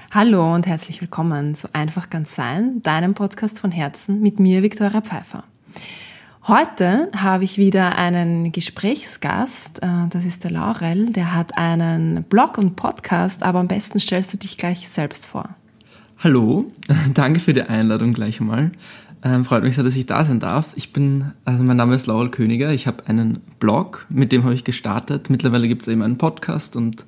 Hallo und herzlich willkommen zu Einfach ganz sein, deinem Podcast von Herzen mit mir, Viktoria Pfeiffer. Heute habe ich wieder einen Gesprächsgast, das ist der Laurel, der hat einen Blog und Podcast, aber am besten stellst du dich gleich selbst vor. Hallo, danke für die Einladung gleich einmal. Freut mich sehr, dass ich da sein darf. Mein Name ist Laurel Königer, ich habe einen Blog, mit dem habe ich gestartet. Mittlerweile gibt es eben einen Podcast und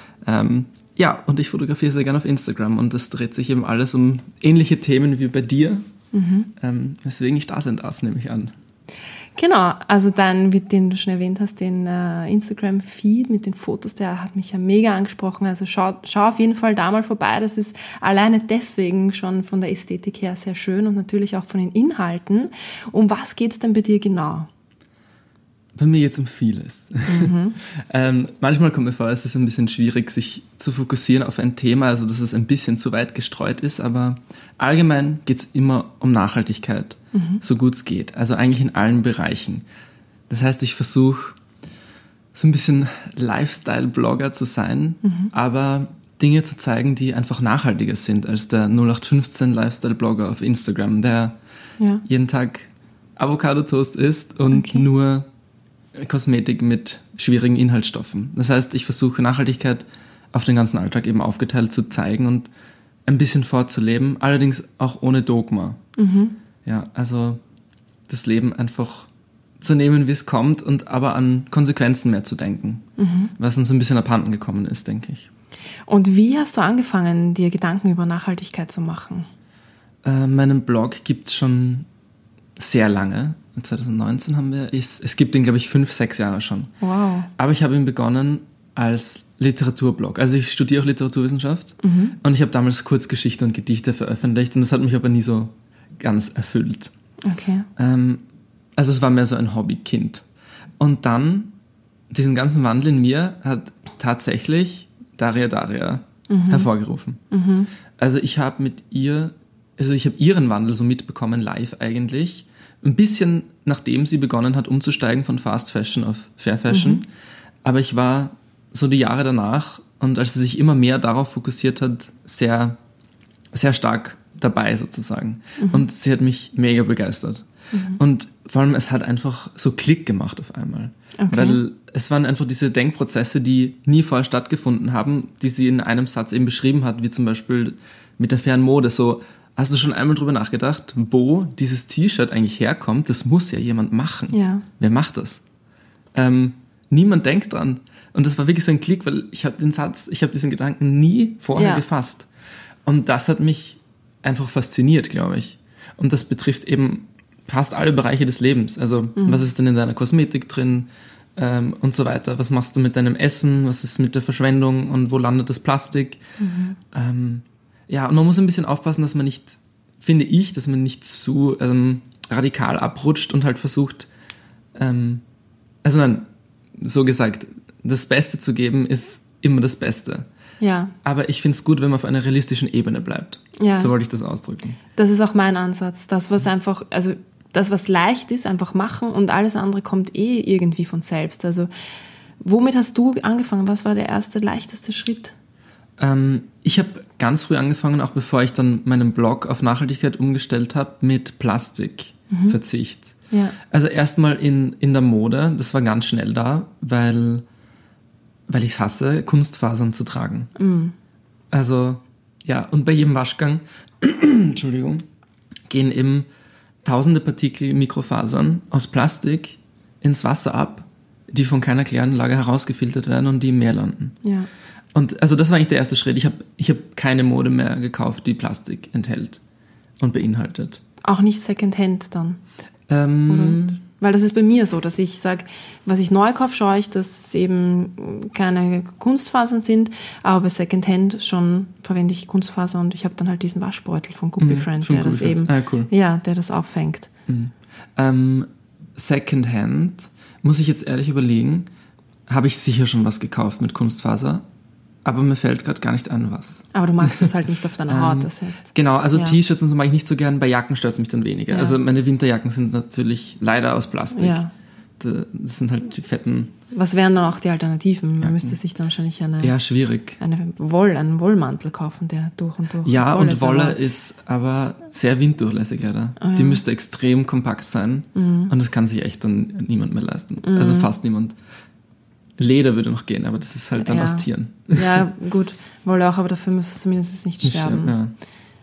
und ich fotografiere sehr gerne auf Instagram und das dreht sich eben alles um ähnliche Themen wie bei dir, weswegen ich da sein darf, nehme ich an. Genau, also den du schon erwähnt hast, den Instagram-Feed mit den Fotos, der hat mich ja mega angesprochen. Also schau auf jeden Fall da mal vorbei. Das ist alleine deswegen schon von der Ästhetik her sehr schön und natürlich auch von den Inhalten. Um was geht's denn bei dir genau? Bei mir geht es um vieles. Manchmal kommt mir vor, es ist ein bisschen schwierig, sich zu fokussieren auf ein Thema, also dass es ein bisschen zu weit gestreut ist, aber allgemein geht es immer um Nachhaltigkeit, so gut es geht, also eigentlich in allen Bereichen. Das heißt, ich versuche so ein bisschen Lifestyle-Blogger zu sein, aber Dinge zu zeigen, die einfach nachhaltiger sind als der 0815 Lifestyle-Blogger auf Instagram, der jeden Tag Avocado-Toast isst und nur Kosmetik mit schwierigen Inhaltsstoffen. Das heißt, ich versuche Nachhaltigkeit auf den ganzen Alltag eben aufgeteilt zu zeigen und ein bisschen vorzuleben, allerdings auch ohne Dogma. Ja, also das Leben einfach zu nehmen, wie es kommt und aber an Konsequenzen mehr zu denken, was uns ein bisschen abhanden gekommen ist, denke ich. Und wie hast du angefangen, dir Gedanken über Nachhaltigkeit zu machen? Meinen Blog gibt es schon sehr lange. 2019 haben wir, es gibt ihn, glaube ich, 5-6 Jahre schon. Wow. Aber ich habe ihn begonnen als Literaturblog. Also ich studiere auch Literaturwissenschaft und ich habe damals Kurzgeschichten und Gedichte veröffentlicht und das hat mich aber nie so ganz erfüllt. Okay. Also es war mehr so ein Hobbykind. Und dann, diesen ganzen Wandel in mir hat tatsächlich Daria hervorgerufen. Also ich habe ihren Wandel so mitbekommen, live eigentlich, ein bisschen nachdem sie begonnen hat, umzusteigen von Fast Fashion auf Fair Fashion. Aber ich war so die Jahre danach und als sie sich immer mehr darauf fokussiert hat, sehr, sehr stark dabei sozusagen. Und sie hat mich mega begeistert. Und vor allem, es hat einfach so Klick gemacht auf einmal. Okay. Weil es waren einfach diese Denkprozesse, die nie vorher stattgefunden haben, die sie in einem Satz eben beschrieben hat, wie zum Beispiel mit der fairen Mode. So, hast du schon einmal drüber nachgedacht, wo dieses T-Shirt eigentlich herkommt? Das muss ja jemand machen. Ja. Wer macht das? Niemand denkt dran. Und das war wirklich so ein Klick, weil ich habe diesen Gedanken nie vorher gefasst. Und das hat mich einfach fasziniert, glaube ich. Und das betrifft eben fast alle Bereiche des Lebens. Also was ist denn in deiner Kosmetik drin und so weiter? Was machst du mit deinem Essen? Was ist mit der Verschwendung und wo landet das Plastik? Und man muss ein bisschen aufpassen, dass man nicht, finde ich, dass man nicht zu radikal abrutscht und halt versucht, so gesagt, das Beste zu geben ist immer das Beste. Ja. Aber ich finde es gut, wenn man auf einer realistischen Ebene bleibt. Ja. So wollte ich das ausdrücken. Das ist auch mein Ansatz. Das, was leicht ist, einfach machen und alles andere kommt irgendwie von selbst. Also, womit hast du angefangen? Was war der erste, leichteste Schritt? Ich habe ganz früh angefangen, auch bevor ich dann meinen Blog auf Nachhaltigkeit umgestellt habe, mit Plastikverzicht. Ja. Also erstmal in der Mode, das war ganz schnell da, weil ich es hasse, Kunstfasern zu tragen. Also, ja, und bei jedem Waschgang, Entschuldigung, gehen eben tausende Partikel Mikrofasern aus Plastik ins Wasser ab, die von keiner Kläranlage herausgefiltert werden und die im Meer landen. Ja. Und also das war eigentlich der erste Schritt. Ich hab keine Mode mehr gekauft, die Plastik enthält und beinhaltet. Auch nicht Secondhand dann? Oder? Weil das ist bei mir so, dass ich sage, was ich neu kaufe, schaue ich, dass es eben keine Kunstfasern sind, aber bei Secondhand schon verwende ich Kunstfaser und ich habe dann halt diesen Waschbeutel von Guppy Friend, der das eben, der das auffängt. Secondhand, muss ich jetzt ehrlich überlegen, habe ich sicher schon was gekauft mit Kunstfaser, aber mir fällt gerade gar nicht an, was. Aber du magst es halt nicht auf deiner Haut, das heißt. Genau, also T-Shirts und so mag ich nicht so gern, bei Jacken stört es mich dann weniger. Ja. Also meine Winterjacken sind natürlich leider aus Plastik. Ja. Das sind halt die fetten Was wären dann auch die Alternativen? Man müsste sich dann wahrscheinlich schwierig. einen Wollmantel kaufen, der durch und durch ja, und Wolle ist aber sehr winddurchlässig, leider. Die müsste extrem kompakt sein und das kann sich echt dann niemand mehr leisten. Also fast niemand. Leder würde noch gehen, aber das ist halt dann aus Tieren. Ja, gut, Wolle auch, aber dafür müsste es zumindest nicht sterben.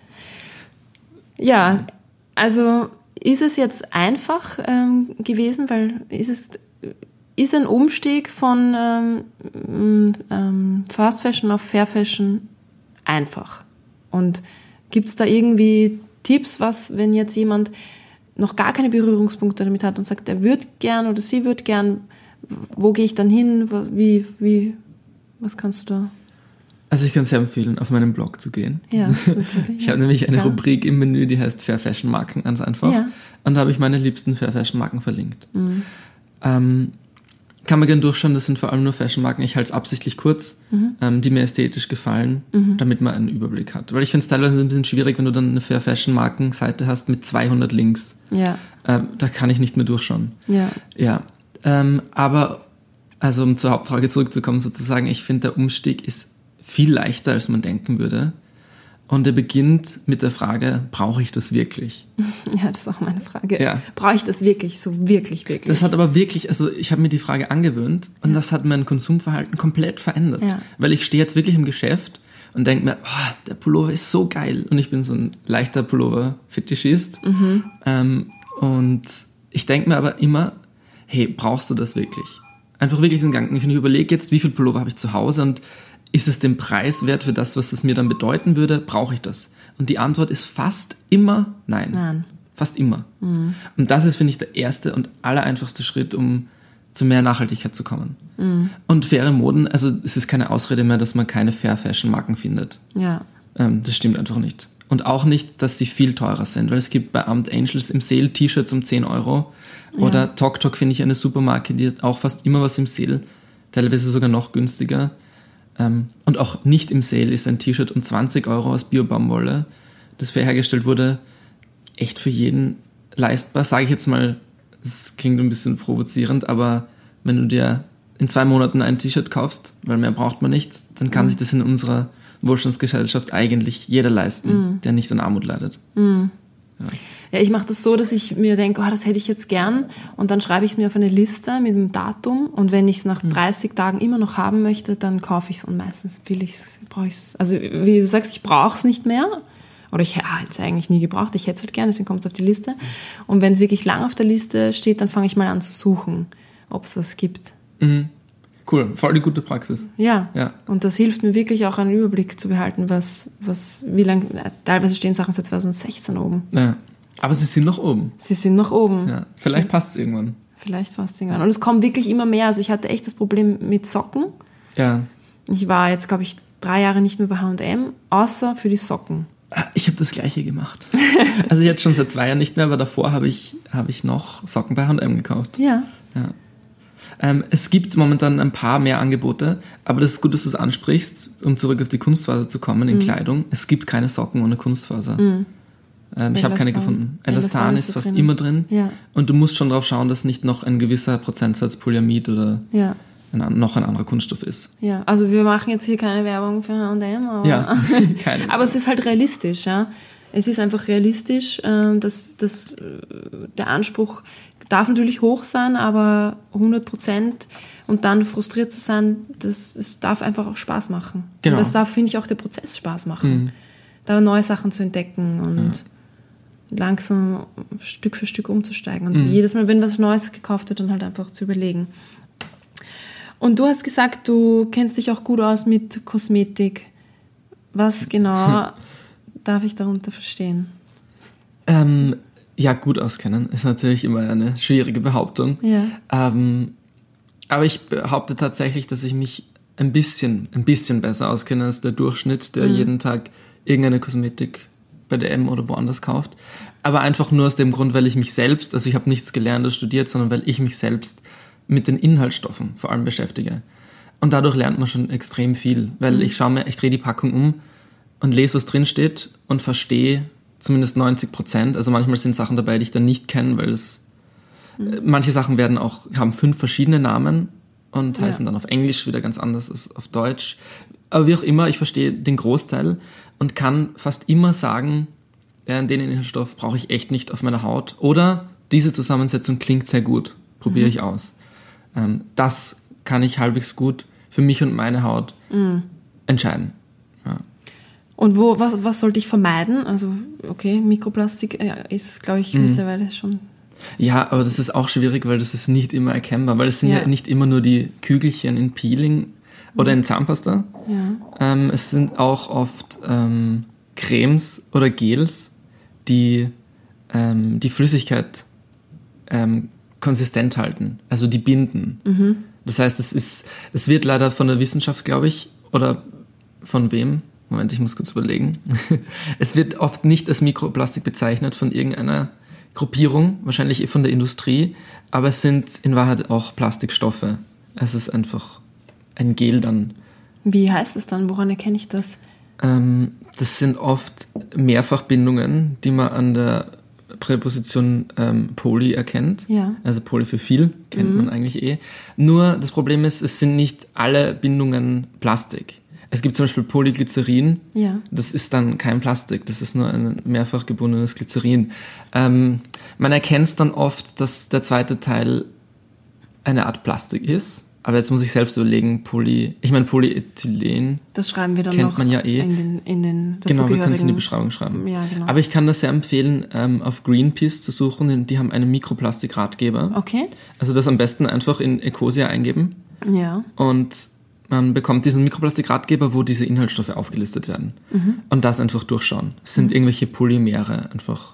Ja, also ist es jetzt einfach gewesen, weil ist ein Umstieg von Fast Fashion auf Fair Fashion einfach? Und gibt es da irgendwie Tipps, wenn jetzt jemand noch gar keine Berührungspunkte damit hat und sagt, er würde gern oder sie würde gern, wo gehe ich dann hin? Was kannst du da? Also ich kann sehr empfehlen, auf meinen Blog zu gehen. Ja, natürlich. Ich habe nämlich eine Rubrik im Menü, die heißt Fair Fashion Marken, ganz einfach. Ja. Und da habe ich meine liebsten Fair Fashion Marken verlinkt. Kann man gerne durchschauen, das sind vor allem nur Fashion-Marken. Ich halte es absichtlich kurz, die mir ästhetisch gefallen, damit man einen Überblick hat. Weil ich finde es teilweise ein bisschen schwierig, wenn du dann eine Fair-Fashion-Marken-Seite hast mit 200 Links. Ja. Da kann ich nicht mehr durchschauen. Ja. Aber, also um zur Hauptfrage zurückzukommen sozusagen, ich finde, der Umstieg ist viel leichter, als man denken würde. Und er beginnt mit der Frage, brauche ich das wirklich? Ja, das ist auch meine Frage. Ja. Brauche ich das wirklich, so wirklich? Das hat aber wirklich, also ich habe mir die Frage angewöhnt und das hat mein Konsumverhalten komplett verändert. Ja. Weil ich stehe jetzt wirklich im Geschäft und denke mir, der Pullover ist so geil. Und ich bin so ein leichter Pullover-Fetischist. Und ich denke mir aber immer, hey, brauchst du das wirklich? Einfach wirklich den Gang. Ich überlege jetzt, wie viel Pullover habe ich zu Hause und ist es den Preis wert für das, was es mir dann bedeuten würde? Brauche ich das? Und die Antwort ist fast immer nein. Fast immer. Und das ist, finde ich, der erste und allereinfachste Schritt, um zu mehr Nachhaltigkeit zu kommen. Und faire Moden, also es ist keine Ausrede mehr, dass man keine Fair-Fashion-Marken findet. Ja. Das stimmt einfach nicht. Und auch nicht, dass sie viel teurer sind, weil es gibt bei Armed Angels im Sale T-Shirts um 10 Euro. Oder Tok Tok finde ich eine super Marke, die hat auch fast immer was im Sale, teilweise sogar noch günstiger. Und auch nicht im Sale ist ein T-Shirt um 20 Euro aus Bio-Baumwolle, das fair hergestellt wurde, echt für jeden leistbar. Sage ich jetzt mal, das klingt ein bisschen provozierend, aber wenn du dir in 2 Monaten ein T-Shirt kaufst, weil mehr braucht man nicht, dann kann sich das in unserer Wohlstandsgesellschaft eigentlich jeder leisten, der nicht an Armut leidet. Ja, ich mache das so, dass ich mir denke, das hätte ich jetzt gern und dann schreibe ich es mir auf eine Liste mit dem Datum und wenn ich es nach 30 Tagen immer noch haben möchte, dann kaufe ich es und meistens brauche ich es. Also wie du sagst, ich brauche es nicht mehr oder ich hätte es eigentlich nie gebraucht, ich hätte es halt gern, deswegen kommt es auf die Liste und wenn es wirklich lang auf der Liste steht, dann fange ich mal an zu suchen, ob es was gibt. Cool, voll die gute Praxis. Ja, und das hilft mir wirklich auch einen Überblick zu behalten, wie lange, teilweise stehen Sachen seit 2016 oben. Ja. Aber sie sind noch oben. Ja, vielleicht passt es irgendwann. Und es kommt wirklich immer mehr. Also ich hatte echt das Problem mit Socken. Ja. Ich war jetzt, glaube ich, 3 Jahre nicht mehr bei H&M, außer für die Socken. Ich habe das Gleiche gemacht. Also jetzt schon seit 2 Jahren nicht mehr, aber davor habe ich noch Socken bei H&M gekauft. Ja. Es gibt momentan ein paar mehr Angebote, aber das ist gut, dass du es ansprichst, um zurück auf die Kunstfaser zu kommen in Kleidung. Es gibt keine Socken ohne Kunstfaser. Ich habe keine gefunden. Elastan ist fast immer drin. Ja. Und du musst schon darauf schauen, dass nicht noch ein gewisser Prozentsatz Polyamid oder noch ein anderer Kunststoff ist. Ja, also wir machen jetzt hier keine Werbung für H&M, aber, keine. Aber es ist halt realistisch. Ja? Es ist einfach realistisch, dass der Anspruch darf natürlich hoch sein, aber 100% und dann frustriert zu sein, es darf einfach auch Spaß machen. Genau. Und das darf, finde ich, auch der Prozess Spaß machen. Da neue Sachen zu entdecken und langsam Stück für Stück umzusteigen. Und jedes Mal, wenn was Neues gekauft wird, dann halt einfach zu überlegen. Und du hast gesagt, du kennst dich auch gut aus mit Kosmetik. Was genau darf ich darunter verstehen? Ja, gut auskennen ist natürlich immer eine schwierige Behauptung. Ja. Aber ich behaupte tatsächlich, dass ich mich ein bisschen besser auskenne als der Durchschnitt, der jeden Tag irgendeine Kosmetik bei DM oder woanders kauft. Aber einfach nur aus dem Grund, weil ich mich selbst, also ich habe nichts gelernt oder studiert, sondern weil ich mich selbst mit den Inhaltsstoffen vor allem beschäftige. Und dadurch lernt man schon extrem viel, weil ich drehe die Packung um und lese, was drin steht und verstehe zumindest 90%. Also manchmal sind Sachen dabei, die ich dann nicht kenne, weil manche Sachen haben 5 verschiedene Namen und heißen dann auf Englisch wieder ganz anders als auf Deutsch. Aber wie auch immer, ich verstehe den Großteil und kann fast immer sagen, den Inhaltsstoff brauche ich echt nicht auf meiner Haut. Oder diese Zusammensetzung klingt sehr gut, probiere ich aus. Das kann ich halbwegs gut für mich und meine Haut entscheiden. Ja. Und was sollte ich vermeiden? Also, okay, Mikroplastik ist, glaube ich, mittlerweile schon... Ja, aber das ist auch schwierig, weil das ist nicht immer erkennbar, weil es sind ja nicht immer nur die Kügelchen in Peeling oder in Zahnpasta. Ja. Es sind auch oft Cremes oder Gels, die die Flüssigkeit konsistent halten, also die binden. Mhm. Das heißt, es wird leider von der Wissenschaft, glaube ich, oder von wem? Moment, ich muss kurz überlegen. Es wird oft nicht als Mikroplastik bezeichnet von irgendeiner Gruppierung, wahrscheinlich von der Industrie, aber es sind in Wahrheit auch Plastikstoffe. Es ist einfach ein Gel dann. Wie heißt es dann? Woran erkenne ich das? Das sind oft Mehrfachbindungen, die man an der Präposition Poly erkennt. Ja. Also Poly für viel, kennt man eigentlich eh. Nur das Problem ist, es sind nicht alle Bindungen Plastik. Es gibt zum Beispiel Polyglycerin, das ist dann kein Plastik, das ist nur ein mehrfach gebundenes Glycerin. Man erkennt es dann oft, dass der zweite Teil eine Art Plastik ist, aber jetzt muss ich selbst überlegen, Polyethylen, das schreiben wir dann kennt noch man ja eh. in den Genau, wir können es in die Beschreibung schreiben. Ja, genau. Aber ich kann das sehr empfehlen, auf Greenpeace zu suchen, denn die haben einen Mikroplastik-Ratgeber. Okay. Also das am besten einfach in Ecosia eingeben. Ja. Und man bekommt diesen Mikroplastik-Ratgeber, wo diese Inhaltsstoffe aufgelistet werden. Mhm. Und das einfach durchschauen. Es sind irgendwelche Polymere einfach,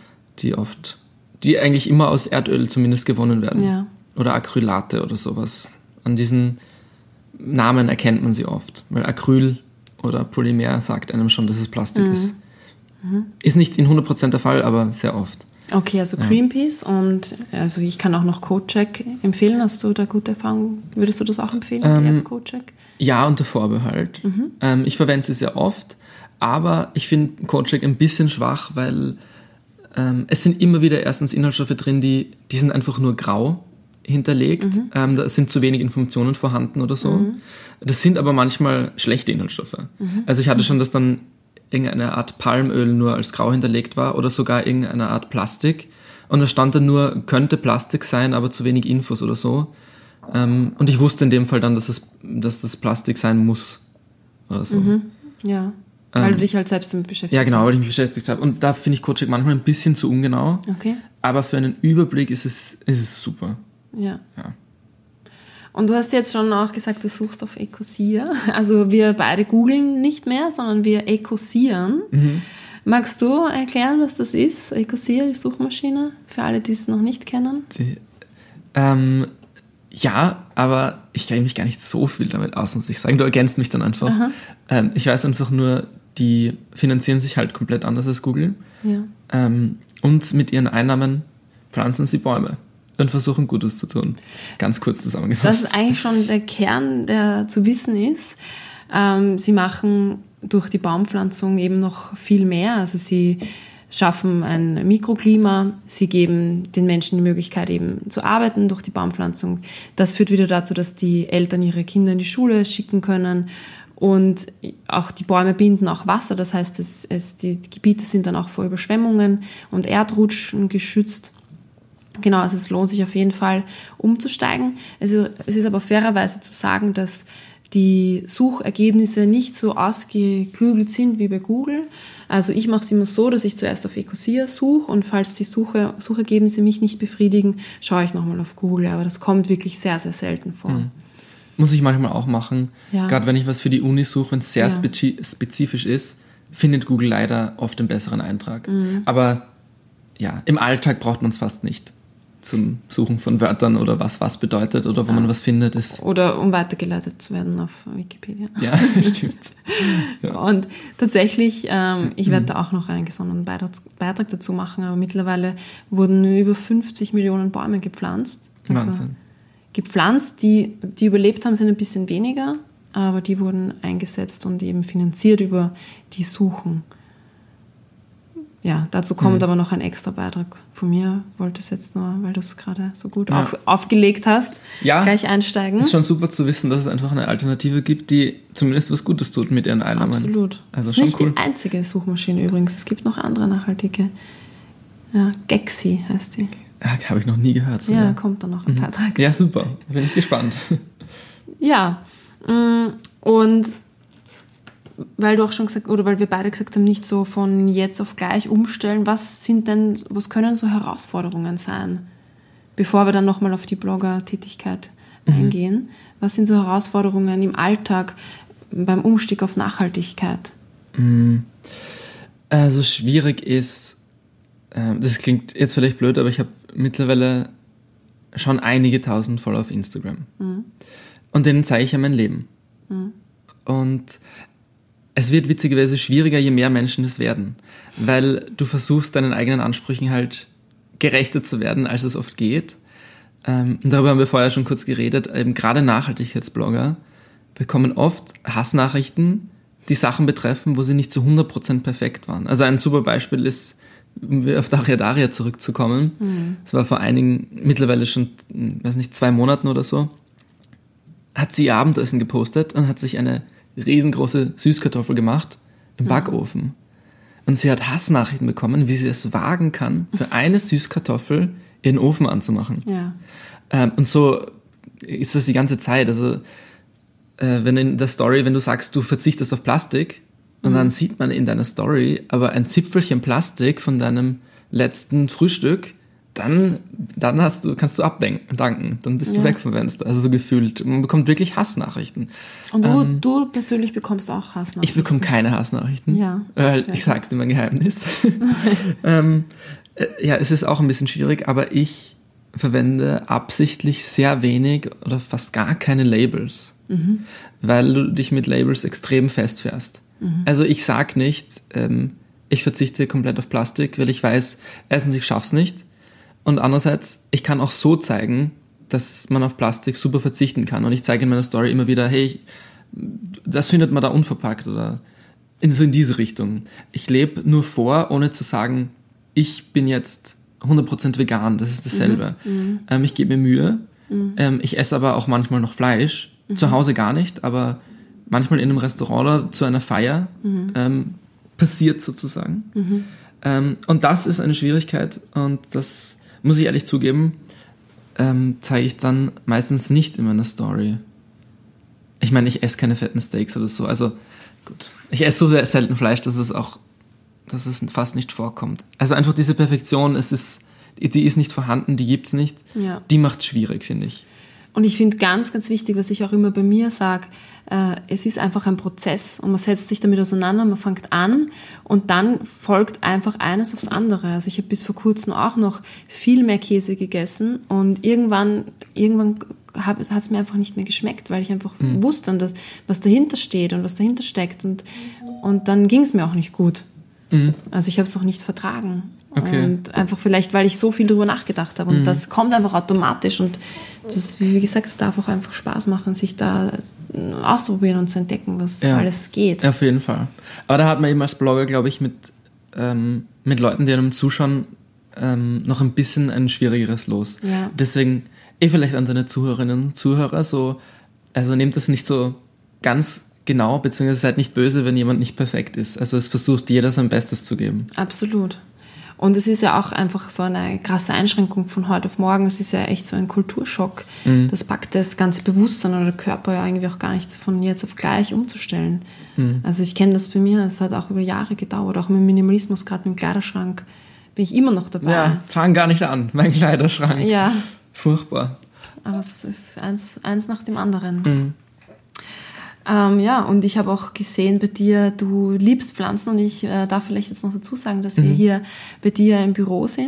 die eigentlich immer aus Erdöl zumindest gewonnen werden. Ja. Oder Acrylate oder sowas. An diesen Namen erkennt man sie oft. Weil Acryl oder Polymer sagt einem schon, dass es Plastik ist. Mhm. Ist nicht in 100% der Fall, aber sehr oft. Okay, also Greenpeace und also ich kann auch noch CodeCheck empfehlen. Hast du da gute Erfahrungen? Würdest du das auch empfehlen, die App CodeCheck? Ja, unter Vorbehalt. Mhm. Ich verwende sie sehr oft, aber ich finde CodeCheck ein bisschen schwach, weil es sind immer wieder erstens Inhaltsstoffe drin, die sind einfach nur grau hinterlegt. Mhm. Da sind zu wenig Informationen vorhanden oder so. Mhm. Das sind aber manchmal schlechte Inhaltsstoffe. Mhm. Also ich hatte schon, dass dann irgendeine Art Palmöl nur als grau hinterlegt war oder sogar irgendeine Art Plastik. Und da stand dann nur, könnte Plastik sein, aber zu wenig Infos oder so. Und ich wusste in dem Fall dann, dass das Plastik sein muss. Oder so. Mhm. Ja, weil du dich halt selbst damit beschäftigt hast. Ja, genau, weil ich mich beschäftigt habe. Und da finde ich CodeCheck manchmal ein bisschen zu ungenau. Okay. Aber für einen Überblick ist es super. Ja. Und du hast jetzt schon auch gesagt, du suchst auf Ecosia. Also wir beide googeln nicht mehr, sondern wir ecosieren. Mhm. Magst du erklären, was das ist? Ecosia, die Suchmaschine, für alle, die es noch nicht kennen? Ja, aber ich kenne mich gar nicht so viel damit aus, muss ich sagen. Du ergänzt mich dann einfach. Ich weiß einfach nur, die finanzieren sich halt komplett anders als Google. Ja. Und mit ihren Einnahmen pflanzen sie Bäume und versuchen, Gutes zu tun. Ganz kurz zusammengefasst. Das ist eigentlich schon der Kern, der zu wissen ist. Sie machen durch die Baumpflanzung eben noch viel mehr. Also sie schaffen ein Mikroklima, sie geben den Menschen die Möglichkeit eben zu arbeiten durch die Baumpflanzung. Das führt wieder dazu, dass die Eltern ihre Kinder in die Schule schicken können und auch die Bäume binden auch Wasser. Das heißt, die Gebiete sind dann auch vor Überschwemmungen und Erdrutschen geschützt. Genau, also es lohnt sich auf jeden Fall umzusteigen. Also es ist aber fairerweise zu sagen, dass die Suchergebnisse nicht so ausgeklügelt sind wie bei Google. Also ich mache es immer so, dass ich zuerst auf Ecosia suche und falls die Suchergebnisse mich nicht befriedigen, schaue ich nochmal auf Google. Aber das kommt wirklich sehr, sehr selten vor. Mhm. Muss ich manchmal auch machen. Ja. Gerade wenn ich was für die Uni suche, wenn es sehr spezifisch ist, findet Google leider oft einen besseren Eintrag. Mhm. Aber ja, im Alltag braucht man es fast nicht. Zum Suchen von Wörtern oder was bedeutet oder wo man was findet. Oder um weitergeleitet zu werden auf Wikipedia. Ja, stimmt. Ja. Und tatsächlich, ich werde da auch noch einen gesonderten Beitrag dazu machen, aber mittlerweile wurden über 50 Millionen Bäume gepflanzt. Also Wahnsinn. Gepflanzt, die überlebt haben, sind ein bisschen weniger, aber die wurden eingesetzt und eben finanziert über die Suchen. Ja, dazu kommt aber noch ein extra Beitrag von mir. Wollte es jetzt nur, weil du es gerade so gut aufgelegt hast, gleich einsteigen. Ist schon super zu wissen, dass es einfach eine Alternative gibt, die zumindest was Gutes tut mit ihren Einnahmen. Absolut. Also das ist schon nicht cool. Die einzige Suchmaschine übrigens. Es gibt noch andere nachhaltige. Ja, Gexi heißt die. Ja, habe ich noch nie gehört. So ja, kommt dann noch ein Beitrag. Ja, super. Da bin ich gespannt. Ja, und weil du auch schon gesagt, oder weil wir beide gesagt haben, nicht so von jetzt auf gleich umstellen, was können so Herausforderungen sein, bevor wir dann nochmal auf die Blogger-Tätigkeit eingehen? Was sind so Herausforderungen im Alltag beim Umstieg auf Nachhaltigkeit? Also schwierig ist, das klingt jetzt vielleicht blöd, aber ich habe mittlerweile schon einige tausend Follower auf Instagram. Und denen zeige ich ja mein Leben. Und es wird witzigerweise schwieriger, je mehr Menschen es werden. Weil du versuchst, deinen eigenen Ansprüchen halt gerechter zu werden, als es oft geht. Und darüber haben wir vorher schon kurz geredet. Eben gerade Nachhaltigkeitsblogger bekommen oft Hassnachrichten, die Sachen betreffen, wo sie nicht zu 100% perfekt waren. Also ein super Beispiel ist, um auf Daria zurückzukommen. Das war vor mittlerweile schon, 2 Monaten oder so, hat sie ihr Abendessen gepostet und hat sich eine riesengroße Süßkartoffel gemacht im Backofen. Und sie hat Hassnachrichten bekommen, wie sie es wagen kann, für eine Süßkartoffel ihren Ofen anzumachen. Ja. Und so ist das die ganze Zeit. Also wenn in der Story, wenn du sagst, du verzichtest auf Plastik und dann sieht man in deiner Story aber ein Zipfelchen Plastik von deinem letzten Frühstück, dann kannst du danken. Dann bist du weg vom Fenster. Also so gefühlt. Man bekommt wirklich Hassnachrichten. Und du persönlich bekommst auch Hassnachrichten? Ich bekomme keine Hassnachrichten. Ja. Weil ich sage dir mein Geheimnis. Ja, es ist auch ein bisschen schwierig, aber ich verwende absichtlich sehr wenig oder fast gar keine Labels. Weil du dich mit Labels extrem festfährst. Also ich sage nicht, ich verzichte komplett auf Plastik, weil ich weiß, erstens, ich schaff's nicht. Und andererseits, ich kann auch so zeigen, dass man auf Plastik super verzichten kann. Und ich zeige in meiner Story immer wieder, hey, das findet man da unverpackt oder in diese Richtung. Ich lebe nur vor, ohne zu sagen, ich bin jetzt 100% vegan, das ist dasselbe. Ich gebe mir Mühe. Ich esse aber auch manchmal noch Fleisch. Zu Hause gar nicht, aber manchmal in einem Restaurant oder zu einer Feier passiert sozusagen. Und das ist eine Schwierigkeit und das muss ich ehrlich zugeben, zeige ich dann meistens nicht in meiner Story. Ich meine, ich esse keine fetten Steaks oder so. Also gut, ich esse so selten Fleisch, dass es fast nicht vorkommt. Also einfach diese Perfektion, die ist nicht vorhanden, die gibt's nicht. Ja. Die macht's schwierig, finde ich. Und ich finde ganz, ganz wichtig, was ich auch immer bei mir sage, es ist einfach ein Prozess und man setzt sich damit auseinander, man fängt an und dann folgt einfach eines aufs andere. Also ich habe bis vor kurzem auch noch viel mehr Käse gegessen und irgendwann hat es mir einfach nicht mehr geschmeckt, weil ich einfach wusste, was dahinter steht und was dahinter steckt und dann ging es mir auch nicht gut. Also ich habe es auch nicht vertragen. Okay. Und einfach vielleicht, weil ich so viel drüber nachgedacht habe. Und das kommt einfach automatisch. Und das, wie gesagt, es darf auch einfach Spaß machen, sich da auszuprobieren und zu entdecken, was alles geht. Auf jeden Fall. Aber da hat man eben als Blogger, glaube ich, mit Leuten, die einem zuschauen, noch ein bisschen ein schwierigeres Los. Ja. Deswegen, vielleicht an deine Zuhörerinnen und Zuhörer, also nehmt das nicht so ganz genau, beziehungsweise seid nicht böse, wenn jemand nicht perfekt ist. Also es versucht jeder sein Bestes zu geben. Absolut. Und es ist ja auch einfach so eine krasse Einschränkung von heute auf morgen. Es ist ja echt so ein Kulturschock. Das packt das ganze Bewusstsein oder der Körper ja irgendwie auch gar nicht von jetzt auf gleich umzustellen. Also ich kenne das bei mir, es hat auch über Jahre gedauert. Auch mit dem Minimalismus, gerade mit dem Kleiderschrank, bin ich immer noch dabei. Ja, fang gar nicht an, mein Kleiderschrank. Ja. Furchtbar. Aber es ist eins nach dem anderen. Ja, und ich habe auch gesehen bei dir, du liebst Pflanzen und ich darf vielleicht jetzt noch dazu sagen, dass wir hier bei dir im Büro sind.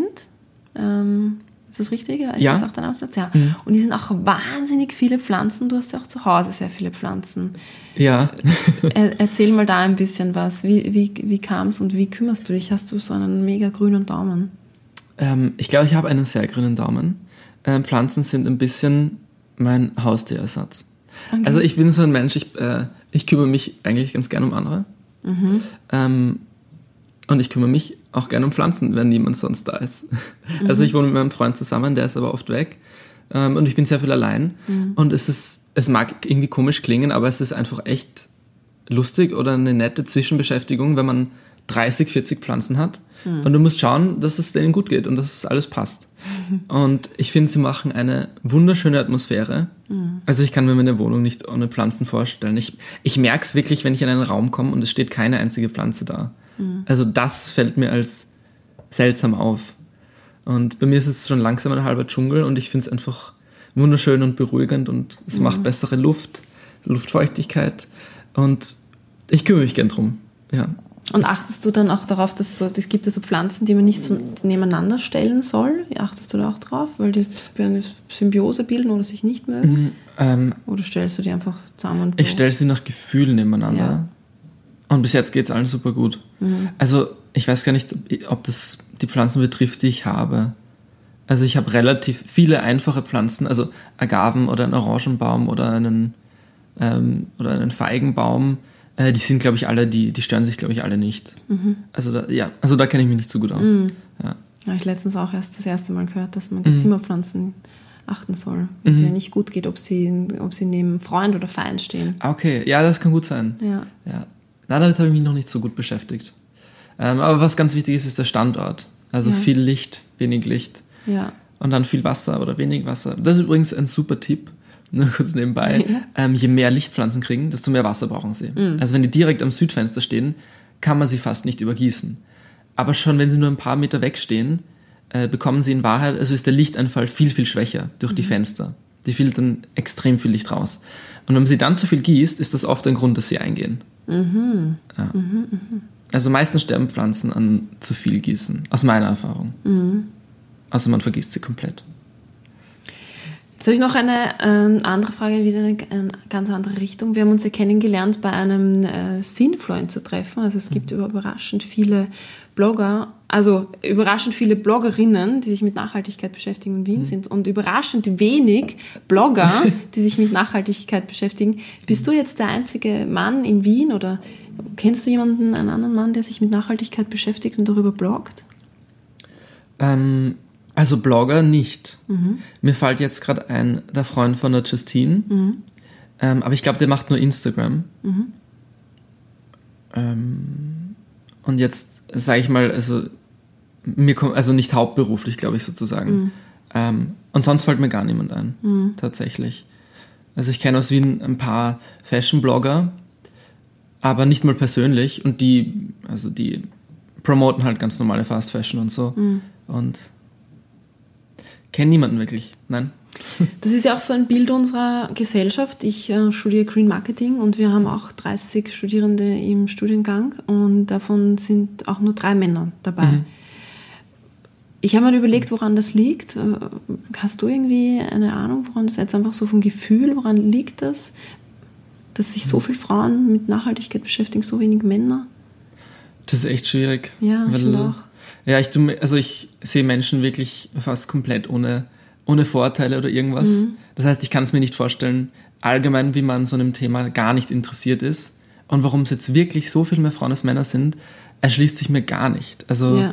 Ist das richtig? Ist das auch dein Arbeitsplatz? Ja. Und hier sind auch wahnsinnig viele Pflanzen. Du hast ja auch zu Hause sehr viele Pflanzen. Ja. Erzähl mal da ein bisschen was. Wie kam es und wie kümmerst du dich? Hast du so einen mega grünen Daumen? Ich glaube, ich habe einen sehr grünen Daumen. Pflanzen sind ein bisschen mein Haustierersatz. Okay. Also ich bin so ein Mensch, ich kümmere mich eigentlich ganz gerne um andere. Und ich kümmere mich auch gerne um Pflanzen, wenn niemand sonst da ist. Also ich wohne mit meinem Freund zusammen, der ist aber oft weg. Und ich bin sehr viel allein. Und es mag irgendwie komisch klingen, aber es ist einfach echt lustig oder eine nette Zwischenbeschäftigung, wenn man 30, 40 Pflanzen hat. Und du musst schauen, dass es denen gut geht und dass es alles passt. Und ich finde, sie machen eine wunderschöne Atmosphäre. Also ich kann mir meine Wohnung nicht ohne Pflanzen vorstellen. Ich merke es wirklich, wenn ich in einen Raum komme und es steht keine einzige Pflanze da. Also das fällt mir als seltsam auf. Und bei mir ist es schon langsam ein halber Dschungel und ich finde es einfach wunderschön und beruhigend und es macht bessere Luftfeuchtigkeit und ich kümmere mich gern drum. Ja. Und achtest du dann auch darauf, dass es gibt ja so Pflanzen, die man nicht so nebeneinander stellen soll? Achtest du da auch drauf, weil die eine Symbiose bilden oder sich nicht mögen? Oder stellst du die einfach zusammen? Ich stelle sie nach Gefühl nebeneinander. Ja. Und bis jetzt geht es allen super gut. Also ich weiß gar nicht, ob das die Pflanzen betrifft, die ich habe. Also ich habe relativ viele einfache Pflanzen, also Agaven oder einen Orangenbaum oder einen Feigenbaum. Die sind, glaube ich, alle, die stören sich, glaube ich, alle nicht. Also da kenne ich mich nicht so gut aus. Ja. Habe ich letztens auch erst das erste Mal gehört, dass man die Zimmerpflanzen achten soll, wenn es ihr nicht gut geht, ob sie neben Freund oder Feind stehen. Okay, ja, das kann gut sein. Ja. Na, damit habe ich mich noch nicht so gut beschäftigt. Aber was ganz wichtig ist der Standort. Also viel Licht, wenig Licht. Ja. Und dann viel Wasser oder wenig Wasser. Das ist übrigens ein super Tipp. Nur kurz nebenbei, je mehr Lichtpflanzen kriegen, desto mehr Wasser brauchen sie. Also wenn die direkt am Südfenster stehen, kann man sie fast nicht übergießen. Aber schon wenn sie nur ein paar Meter wegstehen, bekommen sie in Wahrheit, also ist der Lichteinfall viel, viel schwächer durch die Fenster. Die filtern extrem viel Licht raus. Und wenn man sie dann zu viel gießt, ist das oft ein Grund, dass sie eingehen. Ja. Also meistens sterben Pflanzen an zu viel Gießen, aus meiner Erfahrung. Also man vergisst sie komplett. Jetzt habe ich noch eine andere Frage, wieder eine ganz andere Richtung. Wir haben uns ja kennengelernt bei einem Sinfluencer-Treffen. Also es gibt überraschend viele Blogger, also überraschend viele Bloggerinnen, die sich mit Nachhaltigkeit beschäftigen in Wien sind und überraschend wenig Blogger, die sich mit Nachhaltigkeit beschäftigen. Bist du jetzt der einzige Mann in Wien oder kennst du einen anderen Mann, der sich mit Nachhaltigkeit beschäftigt und darüber bloggt? Also Blogger nicht. Mir fällt jetzt gerade ein, der Freund von der Justine. Aber ich glaube, der macht nur Instagram. Und jetzt sage ich mal, also nicht hauptberuflich, glaube ich sozusagen. Und sonst fällt mir gar niemand ein, tatsächlich. Also ich kenne aus Wien ein paar Fashion-Blogger, aber nicht mal persönlich. Und die promoten halt ganz normale Fast Fashion und so. Und kenne niemanden wirklich, nein. Das ist ja auch so ein Bild unserer Gesellschaft. Ich studiere Green Marketing und wir haben auch 30 Studierende im Studiengang und davon sind auch nur 3 Männer dabei. Ich habe mir überlegt, woran das liegt. Hast du irgendwie eine Ahnung, woran das jetzt einfach so vom Gefühl, woran liegt das, dass sich so viele Frauen mit Nachhaltigkeit beschäftigen, so wenig Männer? Das ist echt schwierig. Ja, ich finde auch. Ja, ich sehe Menschen wirklich fast komplett ohne Vorurteile oder irgendwas. Das heißt, ich kann es mir nicht vorstellen, allgemein, wie man an so einem Thema gar nicht interessiert ist. Und warum es jetzt wirklich so viel mehr Frauen als Männer sind, erschließt sich mir gar nicht. Also,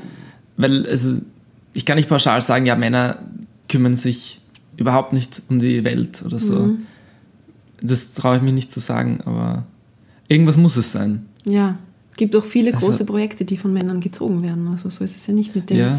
ich kann nicht pauschal sagen, ja, Männer kümmern sich überhaupt nicht um die Welt oder so. Das traue ich mich nicht zu sagen, aber irgendwas muss es sein. Ja. Es gibt auch viele große Projekte, die von Männern gezogen werden. Also so ist es ja nicht mit dem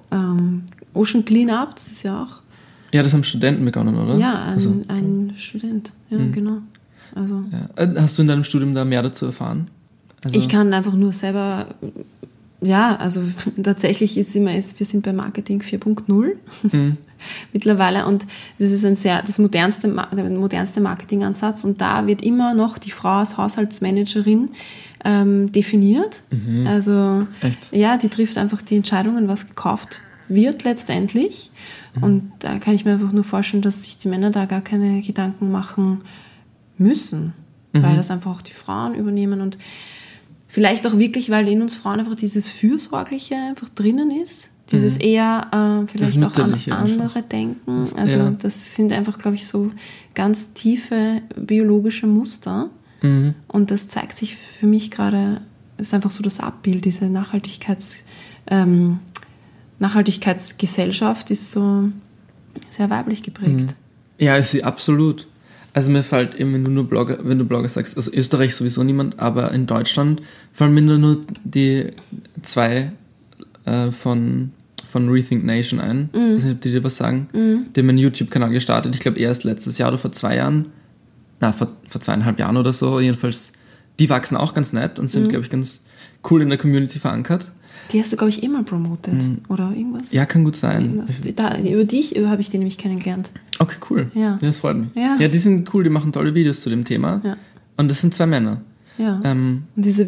Ocean Cleanup, das ist ja auch... Ja, das haben Studenten begonnen, oder? Ja, ein Student, genau. Also, Hast du in deinem Studium da mehr dazu erfahren? Also, ich kann einfach nur selber... Ja, also tatsächlich wir sind bei Marketing 4.0 mittlerweile und das ist der modernste Marketingansatz und da wird immer noch die Frau als Haushaltsmanagerin definiert. Also echt? Ja, die trifft einfach die Entscheidungen, was gekauft wird letztendlich. Und da kann ich mir einfach nur vorstellen, dass sich die Männer da gar keine Gedanken machen müssen, weil das einfach auch die Frauen übernehmen und vielleicht auch wirklich, weil in uns Frauen einfach dieses Fürsorgliche einfach drinnen ist. Dieses eher vielleicht auch an andere denken. Also das sind einfach, glaube ich, so ganz tiefe biologische Muster. Und das zeigt sich für mich gerade, ist einfach so das Abbild, diese Nachhaltigkeitsgeschichte Nachhaltigkeitsgesellschaft ist so sehr weiblich geprägt. Ja, ist sie absolut. Also mir fällt eben, wenn du Blogger sagst, also Österreich sowieso niemand, aber in Deutschland fallen mir nur die 2 von Rethink Nation ein. Ich weiß nicht, ob die dir was sagen. Die haben einen YouTube-Kanal gestartet, ich glaube erst letztes Jahr oder vor 2 Jahren. Vor 2,5 Jahren oder so. Jedenfalls, die wachsen auch ganz nett und sind, glaube ich, ganz cool in der Community verankert. Die hast du, glaube ich, mal promotet, oder irgendwas? Ja, kann gut sein. Über dich habe ich die nämlich kennengelernt. Okay, cool. Ja. Das freut mich. Ja. Ja, die sind cool, die machen tolle Videos zu dem Thema. Ja. Und das sind 2 Männer. Ja. Und diese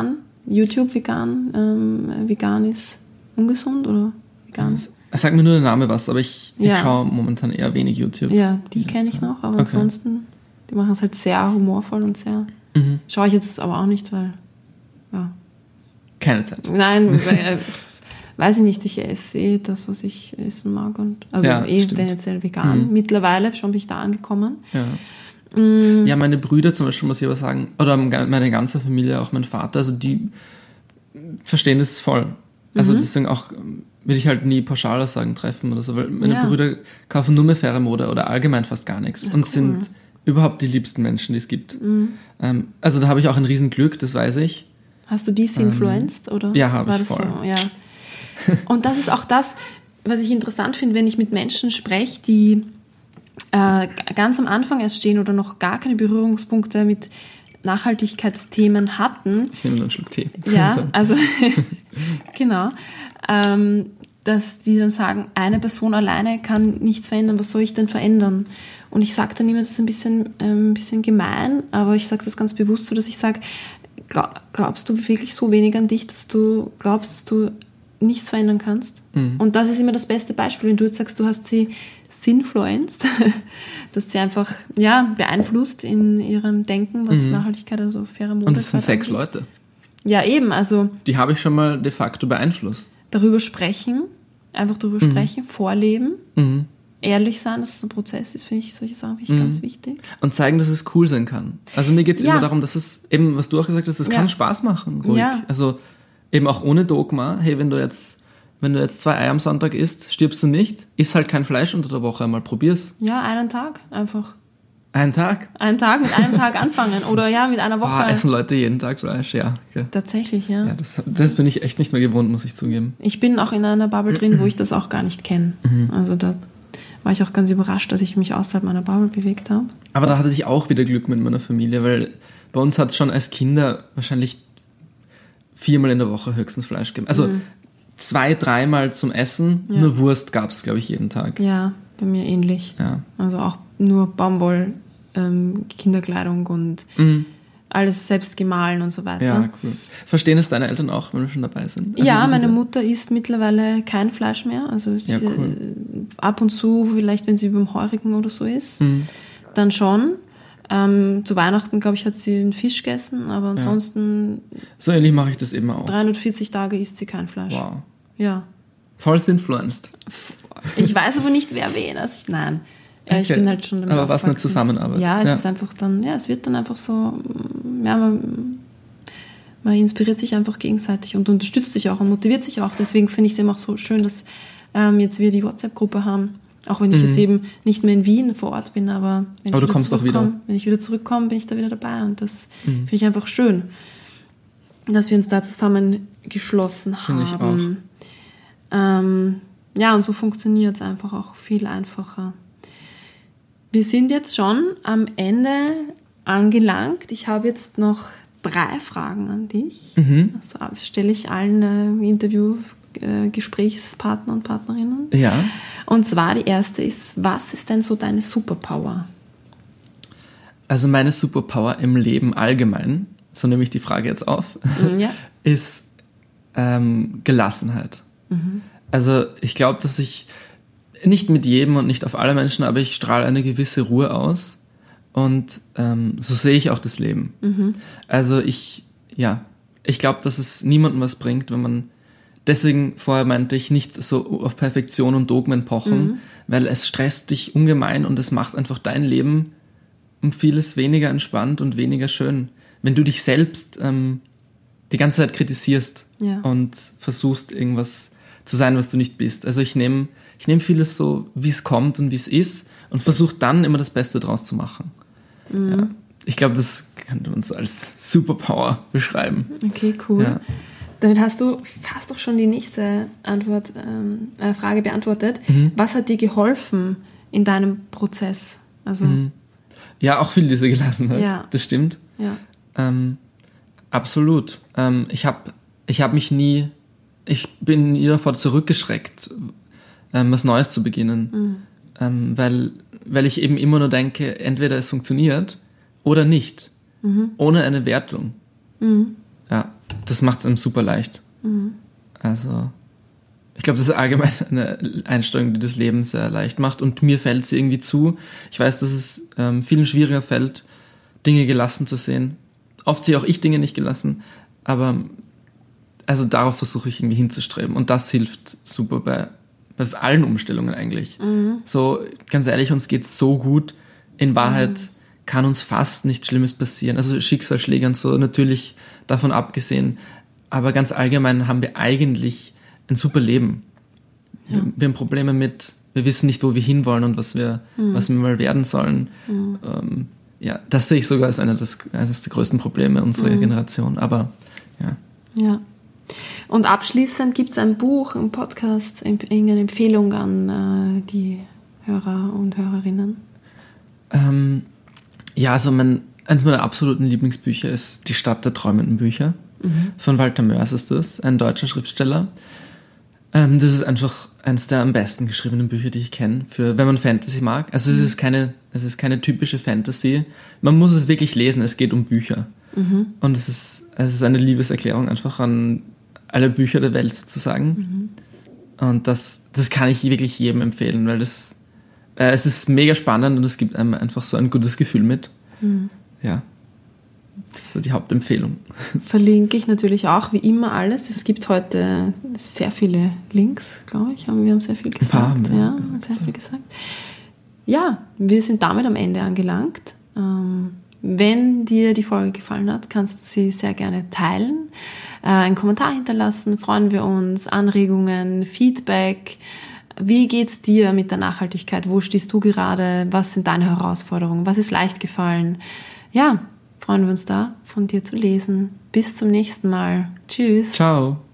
vegan ist ungesund oder vegan? Sag mir nur der Name was, aber ich schaue momentan eher wenig YouTube. Ja, die kenne ich noch, aber ansonsten, die machen es halt sehr humorvoll und sehr... Schaue ich jetzt aber auch nicht, weil... Ja. Keine Zeit. Nein, weiß ich nicht, ich esse das, was ich essen mag. Und also tendenziell vegan. Mittlerweile schon bin ich da angekommen. Ja. Ja, meine Brüder zum Beispiel, muss ich aber sagen, oder meine ganze Familie, auch mein Vater, also die verstehen das voll. Also deswegen auch will ich halt nie Pauschalaussagen treffen oder so, weil meine Brüder kaufen nur mehr faire Mode oder allgemein fast gar nichts und sind überhaupt die liebsten Menschen, die es gibt. Also da habe ich auch ein Riesenglück, das weiß ich. Hast du diese influenced, oder? Ja, habe ich voll. So? Ja. Und das ist auch das, was ich interessant finde, wenn ich mit Menschen spreche, die ganz am Anfang erst stehen oder noch gar keine Berührungspunkte mit Nachhaltigkeitsthemen hatten. Ich nehme nur einen Schluck Tee. Ja, also genau. Dass die dann sagen, eine Person alleine kann nichts verändern, was soll ich denn verändern? Und ich sage dann immer, das ist ein bisschen gemein, aber ich sage das ganz bewusst so, dass ich sage, glaubst du wirklich so wenig an dich, dass du glaubst, dass du nichts verändern kannst? Und das ist immer das beste Beispiel, wenn du jetzt sagst, du hast sie influenced, du hast sie einfach beeinflusst in ihrem Denken, was Nachhaltigkeit, also faire Mode. Und das sind 6 Leute. Ja, eben, also... Die habe ich schon mal de facto beeinflusst. Darüber sprechen, vorleben, ehrlich sein, dass es ein Prozess ist, finde ich, solche Sachen finde ich ganz wichtig. Und zeigen, dass es cool sein kann. Also mir geht es immer darum, dass es eben, was du auch gesagt hast, es kann Spaß machen, ruhig. Ja. Also eben auch ohne Dogma. Hey, wenn du jetzt 2 Eier am Sonntag isst, stirbst du nicht, iss halt kein Fleisch unter der Woche, einmal probier's. Ja, einen Tag einfach. Einen Tag? Einen Tag, mit einem Tag anfangen oder mit einer Woche. Essen Leute jeden Tag Fleisch, ja. Okay. Tatsächlich, ja. Ja, das bin ich echt nicht mehr gewohnt, muss ich zugeben. Ich bin auch in einer Bubble drin, wo ich das auch gar nicht kenne. Also da war ich auch ganz überrascht, dass ich mich außerhalb meiner Bubble bewegt habe. Aber da hatte ich auch wieder Glück mit meiner Familie, weil bei uns hat es schon als Kinder wahrscheinlich 4-mal in der Woche höchstens Fleisch gegeben. Also 2-3 Mal zum Essen, nur Wurst gab es, glaube ich, jeden Tag. Ja, bei mir ähnlich. Ja. Also auch nur Baumwoll, Kinderkleidung und alles selbst gemahlen und so weiter. Ja, cool. Verstehen es deine Eltern auch, wenn wir schon dabei sind? Also ja, meine Mutter isst mittlerweile kein Fleisch mehr. Also cool. Ab und zu, vielleicht wenn sie beim Heurigen oder so ist, dann schon. Zu Weihnachten, glaube ich, hat sie einen Fisch gegessen, aber ansonsten... So ähnlich mache ich das eben auch. 340 Tage isst sie kein Fleisch. Wow. Ja. Voll influenced. Ich weiß aber nicht, wer wen. Nein. Okay. Ich bin halt schon damit aber was eine Zusammenarbeit. Ja, es ist einfach dann, es wird dann einfach so, man inspiriert sich einfach gegenseitig und unterstützt sich auch und motiviert sich auch. Deswegen finde ich es eben auch so schön, dass jetzt wir die WhatsApp-Gruppe haben. Auch wenn ich jetzt eben nicht mehr in Wien vor Ort bin, aber du kommst doch wieder. Wenn ich wieder zurückkomme, bin ich da wieder dabei und das finde ich einfach schön, dass wir uns da zusammengeschlossen haben. Finde ich auch. Und so funktioniert es einfach auch viel einfacher. Wir sind jetzt schon am Ende angelangt. Ich habe jetzt noch 3 Fragen an dich. Also, das stelle ich allen Gesprächspartner und Partnerinnen. Ja. Und zwar die erste ist, was ist denn so deine Superpower? Also meine Superpower im Leben allgemein, so nehme ich die Frage jetzt auf, ist Gelassenheit. Also ich glaube, dass ich nicht mit jedem und nicht auf alle Menschen, aber ich strahle eine gewisse Ruhe aus und so sehe ich auch das Leben. Also ich glaube, dass es niemandem was bringt, wenn man, deswegen vorher meinte ich, nicht so auf Perfektion und Dogmen pochen, weil es stresst dich ungemein und es macht einfach dein Leben um vieles weniger entspannt und weniger schön. Wenn du dich selbst die ganze Zeit kritisierst und versuchst irgendwas zu sein, was du nicht bist. Also ich nehme vieles so, wie es kommt und wie es ist und versuche dann immer das Beste draus zu machen. Ja. Ich glaube, das kann man uns als Superpower beschreiben. Okay, cool. Ja. Damit hast du fast auch schon die nächste Frage beantwortet. Was hat dir geholfen in deinem Prozess? Also ja, auch viel diese Gelassenheit. Ja. Das stimmt. Ja. Absolut. Ich bin nie davor zurückgeschreckt, was Neues zu beginnen. Weil ich eben immer nur denke, entweder es funktioniert oder nicht. Ohne eine Wertung. Ja, das macht es einem super leicht. Also, ich glaube, das ist allgemein eine Einstellung, die das Leben sehr leicht macht. Und mir fällt sie irgendwie zu. Ich weiß, dass es vielen schwieriger fällt, Dinge gelassen zu sehen. Oft sehe auch ich Dinge nicht gelassen. Aber also darauf versuche ich irgendwie hinzustreben. Und das hilft super bei allen Umstellungen eigentlich. So, ganz ehrlich, uns geht's so gut. In Wahrheit kann uns fast nichts Schlimmes passieren. Also Schicksalsschläge und so, natürlich davon abgesehen. Aber ganz allgemein haben wir eigentlich ein super Leben. Ja. Wir haben Probleme wir wissen nicht, wo wir hinwollen und was wir mal werden sollen. Ja, das sehe ich sogar als eines der größten Probleme unserer Generation. Aber ja. Und abschließend gibt es ein Buch, ein Podcast, irgendeine Empfehlung an die Hörer und Hörerinnen? Ja, also eines meiner absoluten Lieblingsbücher ist Die Stadt der träumenden Bücher. Von Walter Mörs ist das, ein deutscher Schriftsteller. Das ist einfach eines der am besten geschriebenen Bücher, die ich kenne, wenn man Fantasy mag. Also es ist keine typische Fantasy. Man muss es wirklich lesen, es geht um Bücher. Und es ist eine Liebeserklärung einfach an alle Bücher der Welt sozusagen. Und das kann ich wirklich jedem empfehlen, weil es ist mega spannend und es gibt einem einfach so ein gutes Gefühl mit. Ja, das ist so die Hauptempfehlung. Verlinke ich natürlich auch, wie immer alles. Es gibt heute sehr viele Links, glaube ich. Wir haben sehr viel gesagt. Viel gesagt. Ja, wir sind damit am Ende angelangt. Wenn dir die Folge gefallen hat, kannst du sie sehr gerne teilen, einen Kommentar hinterlassen, freuen wir uns, Anregungen, Feedback. Wie geht's dir mit der Nachhaltigkeit? Wo stehst du gerade? Was sind deine Herausforderungen? Was ist leicht gefallen? Ja, freuen wir uns da, von dir zu lesen. Bis zum nächsten Mal. Tschüss. Ciao.